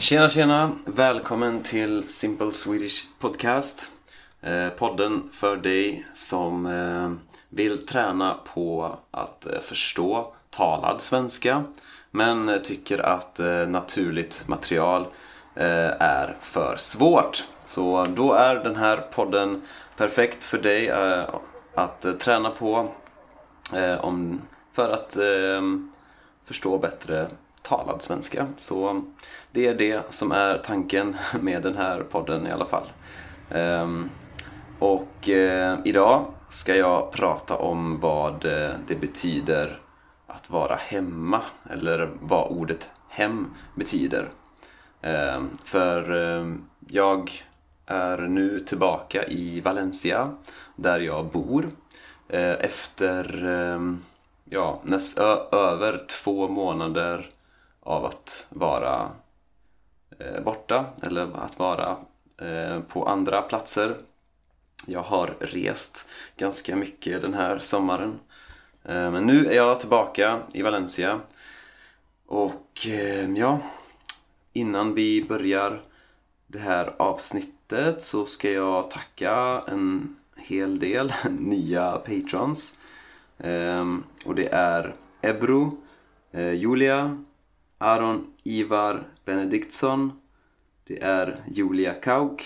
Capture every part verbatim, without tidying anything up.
Tjena tjena, välkommen till Simple Swedish Podcast. eh, Podden för dig som eh, vill träna på att eh, förstå talad svenska, men eh, tycker att eh, naturligt material eh, är för svårt. Så då är den här podden perfekt för dig eh, att eh, träna på eh, om, för att eh, förstå bättre talad svenska. Så det är det som är tanken med den här podden i alla fall. Um, och uh, idag ska jag prata om vad uh, det betyder att vara hemma, eller vad ordet hem betyder. Um, för uh, jag är nu tillbaka i Valencia, där jag bor, uh, efter um, ja, näst, ö, över två månader av att vara eh, borta, eller att vara eh, på andra platser. Jag har rest ganska mycket den här sommaren, eh, men nu är jag tillbaka i Valencia. Och eh, ja, innan vi börjar det här avsnittet så ska jag tacka en hel del nya patrons, eh, och det är Ebro, eh, Julia, Aron Ivar Benediktsson, det är Julia Kauk,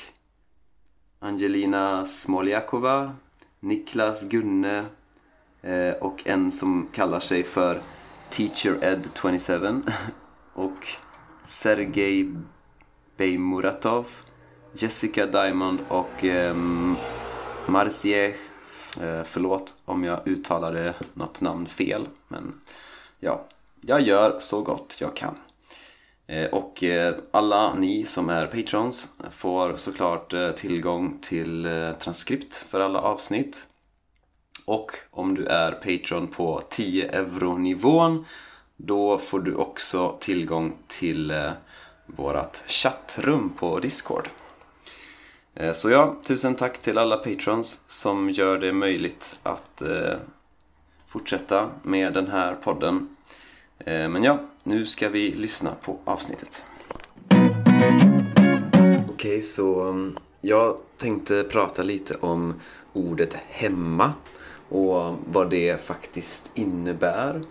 Angelina Smoljakova, Niklas Gunne eh, och en som kallar sig för Teacher Ed tjugosju och Sergej Beymuratov, Jessica Diamond och eh, Marciej. eh, Förlåt om jag uttalade något namn fel, men ja, jag gör så gott jag kan. eh, Och eh, alla ni som är patrons får såklart eh, tillgång till eh, transkript för alla avsnitt. Och om du är patron på tio euro nivån, då får du också tillgång till eh, vårat chattrum på Discord. eh, Så ja, tusen tack till alla patrons som gör det möjligt att eh, fortsätta med den här podden. Men ja, nu ska vi lyssna på avsnittet. Okej, okay, så jag tänkte prata lite om ordet hemma och vad det faktiskt innebär.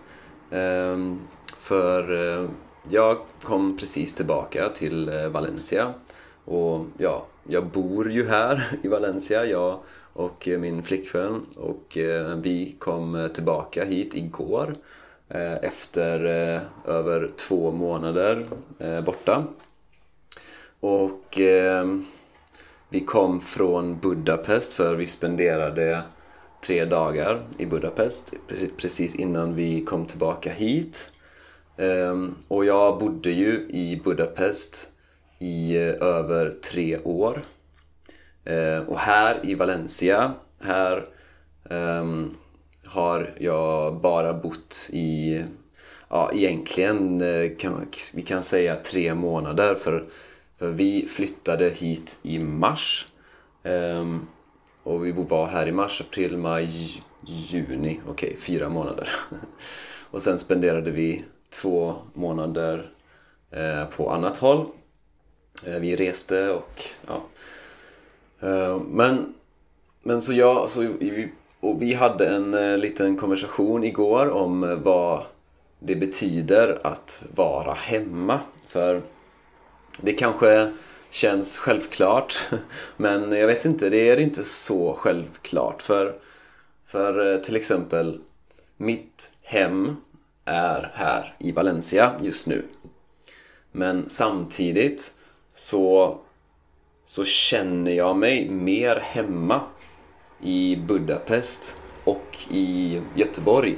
För jag kom precis tillbaka till Valencia, och ja, jag bor ju här i Valencia, jag och min flickvän, och vi kom tillbaka hit igår efter eh, över två månader eh, borta. Och eh, vi kom från Budapest, för vi spenderade tre dagar i Budapest pre- precis innan vi kom tillbaka hit. eh, Och jag bodde ju i Budapest i eh, över tre år. eh, Och här i Valencia, här eh, har jag bara bott i, ja, egentligen kan, vi kan säga tre månader, för, för vi flyttade hit i mars, um, och vi var här i mars, april, maj, juni, okej, okay, fyra månader. Och sen spenderade vi två månader eh, på annat håll. eh, Vi reste och ja, uh, men, men så jag så vi Och vi hade en eh, liten konversation igår om eh, vad det betyder att vara hemma. För det kanske känns självklart, men jag vet inte, det är inte så självklart. För, för eh, till exempel, mitt hem är här i Valencia just nu. Men samtidigt så, så känner jag mig mer hemma i Budapest och i Göteborg.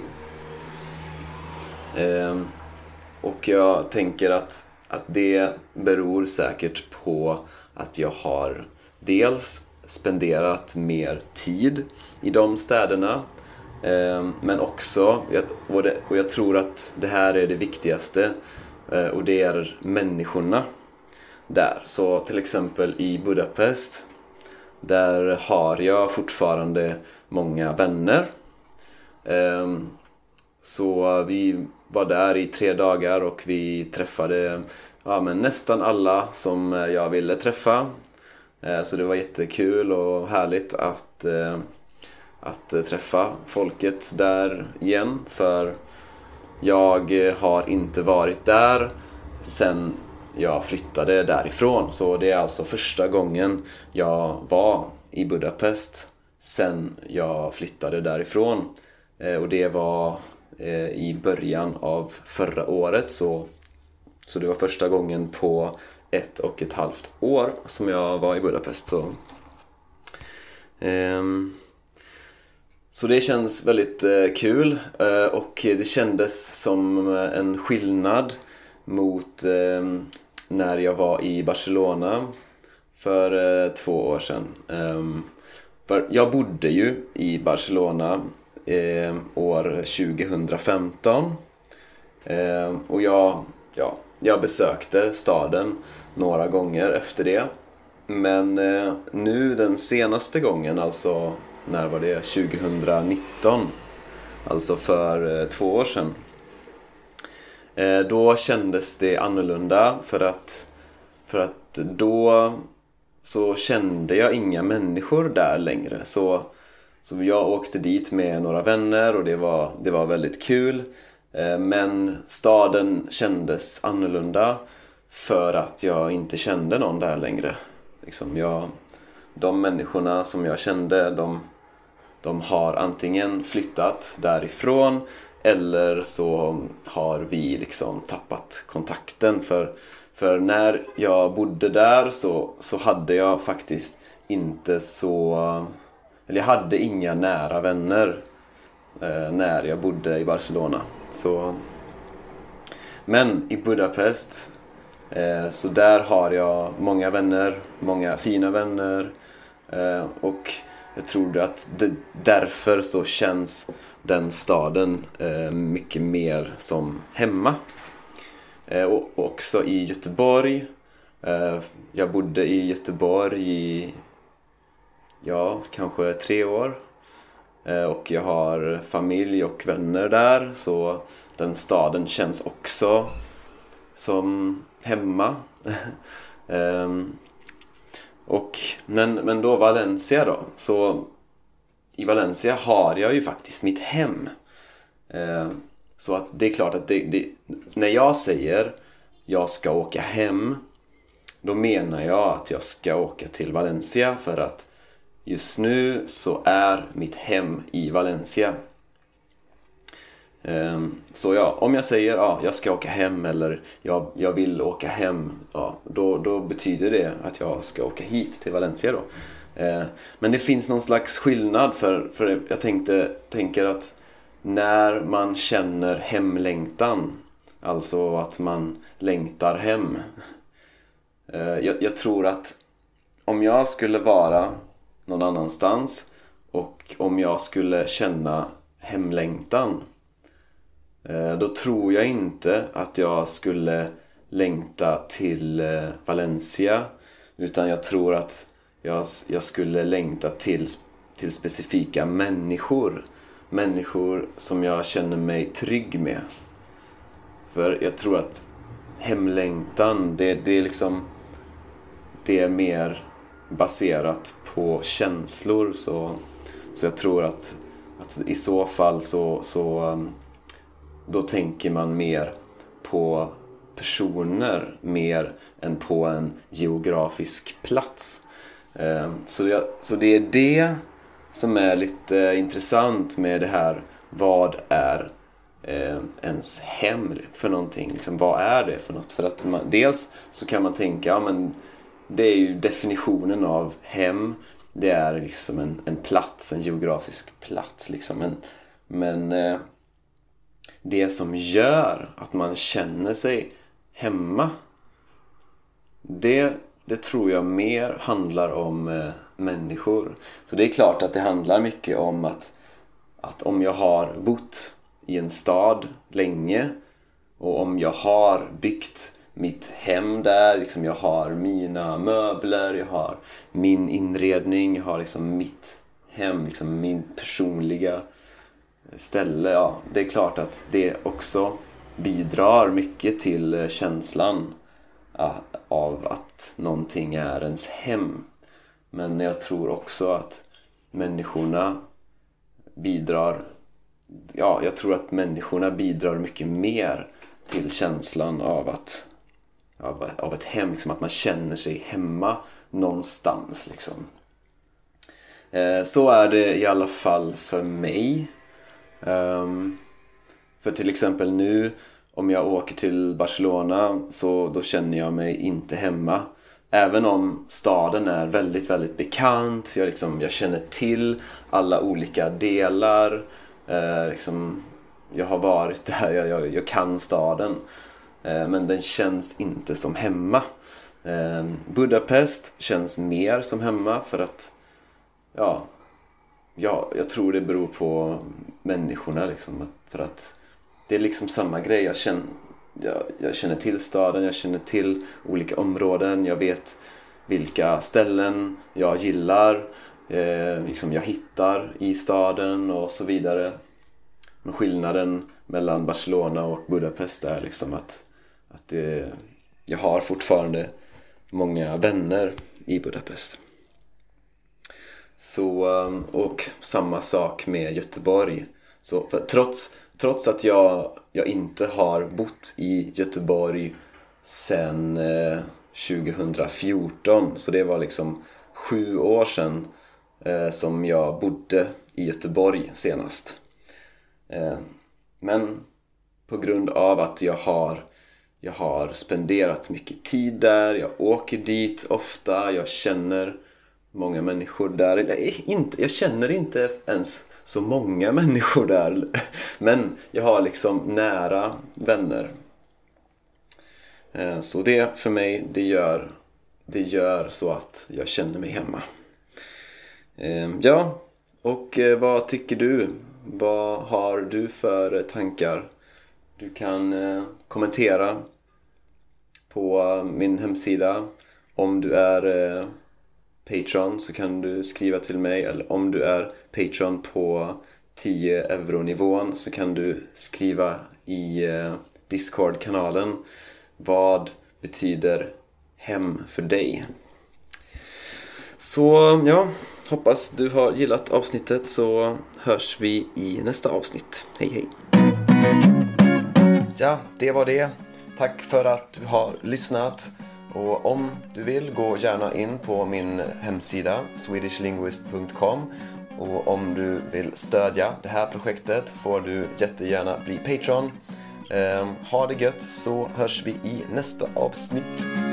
Ehm, och jag tänker att, att det beror säkert på att jag har dels spenderat mer tid i de städerna, ehm, men också, och, det, och jag tror att det här är det viktigaste, och det är människorna där. Så till exempel i Budapest, där har jag fortfarande många vänner. Så vi, var där i tre dagar och vi träffade ja, men nästan alla som jag ville träffa. Så det var jättekul och härligt att, att träffa folket där igen. För jag har inte varit där sen jag flyttade därifrån. Så det är alltså första gången jag var i Budapest sen jag flyttade därifrån. Och det var i början av förra året. Så, så det var första gången på ett och ett halvt år som jag var i Budapest. Så, um, så det känns väldigt uh, kul. Uh, och det kändes som en skillnad mot uh, när jag var i Barcelona för uh, två år sedan. Um, för jag bodde ju i Barcelona uh, år tjugohundrafemton. Uh, och jag... ja Jag besökte staden några gånger efter det. Men eh, nu den senaste gången, alltså när var det? tjugohundranitton. Alltså för eh, två år sedan. Eh, då kändes det annorlunda för att, för att då så kände jag inga människor där längre. Så, så jag åkte dit med några vänner och det var, det var väldigt kul. Men staden kändes annorlunda för att jag inte kände någon där längre. Liksom jag, de människorna som jag kände, de, de har antingen flyttat därifrån eller så har vi liksom tappat kontakten. För, för när jag bodde där så, så hade jag faktiskt inte så... eller jag hade inga nära vänner eh, när jag bodde i Barcelona. Så, men i Budapest eh, så där har jag många vänner, många fina vänner eh, och jag tror att det, därför så känns den staden eh, mycket mer som hemma. Eh, och också i Göteborg. Eh, jag bodde i Göteborg i ja, kanske tre år. Och jag har familj och vänner där. Så den staden känns också som hemma. um, och, men, men då Valencia då. Så i Valencia har jag ju faktiskt mitt hem. Uh, så att det är klart att det, det, när jag säger jag ska åka hem, då menar jag att jag ska åka till Valencia. För att just nu så är mitt hem i Valencia. Um, så ja, om jag säger ja, jag ska åka hem eller jag, jag vill åka hem, ja, då, då betyder det att jag ska åka hit till Valencia då. Uh, men det finns någon slags skillnad för, för jag tänkte, tänker att när man känner hemlängtan, alltså att man längtar hem. Uh, jag, jag tror att om jag skulle vara någon annanstans och om jag skulle känna hemlängtan, då tror jag inte att jag skulle längta till Valencia, utan jag tror att jag, jag skulle längta till, till specifika människor. Människor som jag känner mig trygg med. För jag tror att hemlängtan, det, det är liksom det är mer baserat på känslor. Så, så jag tror att, att i så fall så, så då tänker man mer på personer mer än på en geografisk plats. Så, jag, så det är det som är lite intressant med det här. Vad är eh, ens hem för någonting? Liksom, vad är det för något? För att man, dels så kan man tänka, ja, men det är ju definitionen av hem. Det är liksom en, en plats, en geografisk plats. Liksom. Men, men eh, det som gör att man känner sig hemma, det, det tror jag mer handlar om eh, människor. Så det är klart att det handlar mycket om att, att om jag har bott i en stad länge och om jag har byggt mitt hem där, liksom jag har mina möbler, jag har min inredning, jag har liksom mitt hem, liksom min personliga ställe, ja, det är klart att det också bidrar mycket till känslan av att någonting är ens hem. Men jag tror också att människorna bidrar ja, jag tror att människorna bidrar mycket mer till känslan av att av, av ett hem, liksom, att man känner sig hemma någonstans liksom. Eh, så är det i alla fall för mig. Um, för till exempel nu om jag åker till Barcelona, så då känner jag mig inte hemma. Även om staden är väldigt, väldigt bekant. Jag, liksom, jag känner till alla olika delar. Eh, liksom, jag har varit där, jag, jag, jag kan staden. Eh, men den känns inte som hemma. Eh, Budapest känns mer som hemma för att ja, ja, jag tror det beror på människorna liksom, för att det är liksom samma grej. Jag känner, jag, jag känner till staden, jag känner till olika områden, jag vet vilka ställen jag gillar, eh, liksom jag hittar i staden och så vidare. Men skillnaden mellan Barcelona och Budapest är liksom att, att det, jag har fortfarande många vänner i Budapest. Så, och samma sak med Göteborg. Så för trots, trots att jag, jag inte har bott i Göteborg sedan eh, tjugohundrafjorton, så det var liksom sju år sedan eh, som jag bodde i Göteborg senast. Eh, men på grund av att jag har, jag har spenderat mycket tid där, jag åker dit ofta, jag känner många människor där. Jag, inte, jag känner inte ens så många människor där, men jag har liksom nära vänner. Så det för mig, det gör, det gör så att jag känner mig hemma. Ja, och vad tycker du? Vad har du för tankar? Du kan kommentera på min hemsida. Om du är Patreon så kan du skriva till mig, eller om du är Patreon på tio euro nivån så kan du skriva i Discord-kanalen. Vad betyder hem för dig? Så ja, hoppas du har gillat avsnittet, så hörs vi i nästa avsnitt. Hej hej! Ja, det var det. Tack för att du har lyssnat. Och om du vill, gå gärna in på min hemsida swedish linguist punkt com. Och om du vill stödja det här projektet får du jättegärna bli Patreon. Eh, ha det gött, så hörs vi i nästa avsnitt.